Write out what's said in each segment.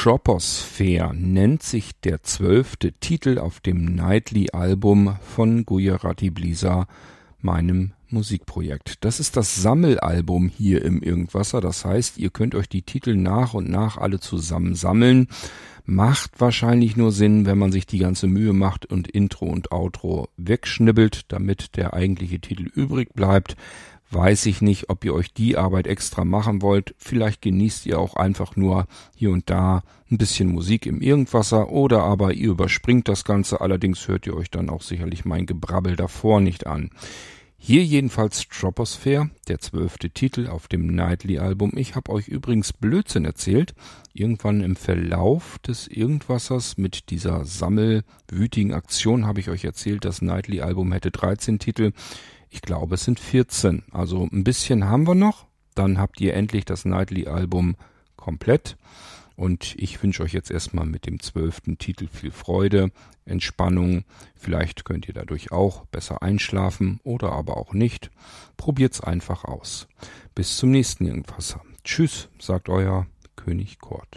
Troposphere nennt sich der 12. Titel auf dem Nightly-Album von Gujarati Bliza, meinem Musikprojekt. Das ist das Sammelalbum hier im Irgendwasser. Das heißt, ihr könnt euch die Titel nach und nach alle zusammen sammeln. Macht wahrscheinlich nur Sinn, wenn man sich die ganze Mühe macht und Intro und Outro wegschnibbelt, damit der eigentliche Titel übrig bleibt. Weiß ich nicht, ob ihr euch die Arbeit extra machen wollt. Vielleicht genießt ihr auch einfach nur hier und da ein bisschen Musik im Irgendwasser oder aber ihr überspringt das Ganze. Allerdings hört ihr euch dann auch sicherlich mein Gebrabbel davor nicht an. Hier jedenfalls Troposphere, der 12. Titel auf dem Nightly-Album. Ich habe euch übrigens Blödsinn erzählt. Irgendwann im Verlauf des Irgendwassers mit dieser sammelwütigen Aktion habe ich euch erzählt, das Nightly-Album hätte 13 Titel. Ich glaube, es sind 14. Also ein bisschen haben wir noch. Dann habt ihr endlich das Nightly-Album komplett. Und ich wünsche euch jetzt erstmal mit dem 12. Titel viel Freude, Entspannung. Vielleicht könnt ihr dadurch auch besser einschlafen oder aber auch nicht. Probiert's einfach aus. Bis zum nächsten Irgendwasser. Tschüss, sagt euer König Kurt.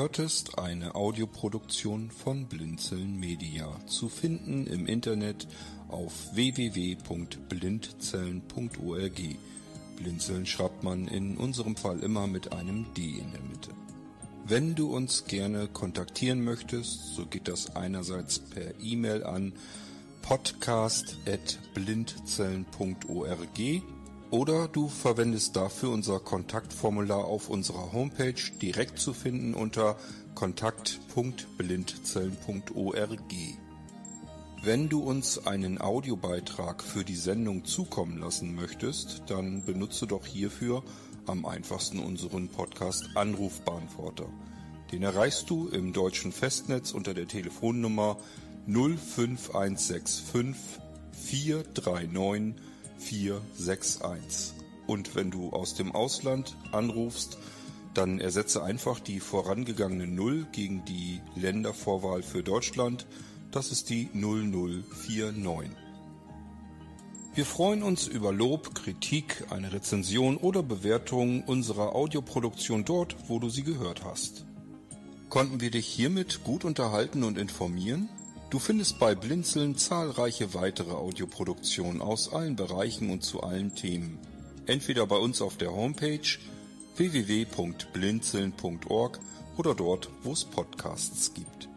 hörtest eine Audioproduktion von Blinzeln Media, zu finden im Internet auf www.blindzellen.org. Blinzeln schreibt man in unserem Fall immer mit einem D in der Mitte. Wenn du uns gerne kontaktieren möchtest, so geht das einerseits per E-Mail an podcast@blindzellen.org oder du verwendest dafür unser Kontaktformular auf unserer Homepage, direkt zu finden unter kontakt.blindzellen.org. Wenn du uns einen Audiobeitrag für die Sendung zukommen lassen möchtest, dann benutze doch hierfür am einfachsten unseren Podcast Anrufbeantworter. Den erreichst du im deutschen Festnetz unter der Telefonnummer 05165 439 461. Und wenn du aus dem Ausland anrufst, dann ersetze einfach die vorangegangene 0 gegen die Ländervorwahl für Deutschland. Das ist die 0049. Wir freuen uns über Lob, Kritik, eine Rezension oder Bewertung unserer Audioproduktion dort, wo du sie gehört hast. Konnten wir dich hiermit gut unterhalten und informieren? Du findest bei Blinzeln zahlreiche weitere Audioproduktionen aus allen Bereichen und zu allen Themen. Entweder bei uns auf der Homepage www.blinzeln.org oder dort, wo es Podcasts gibt.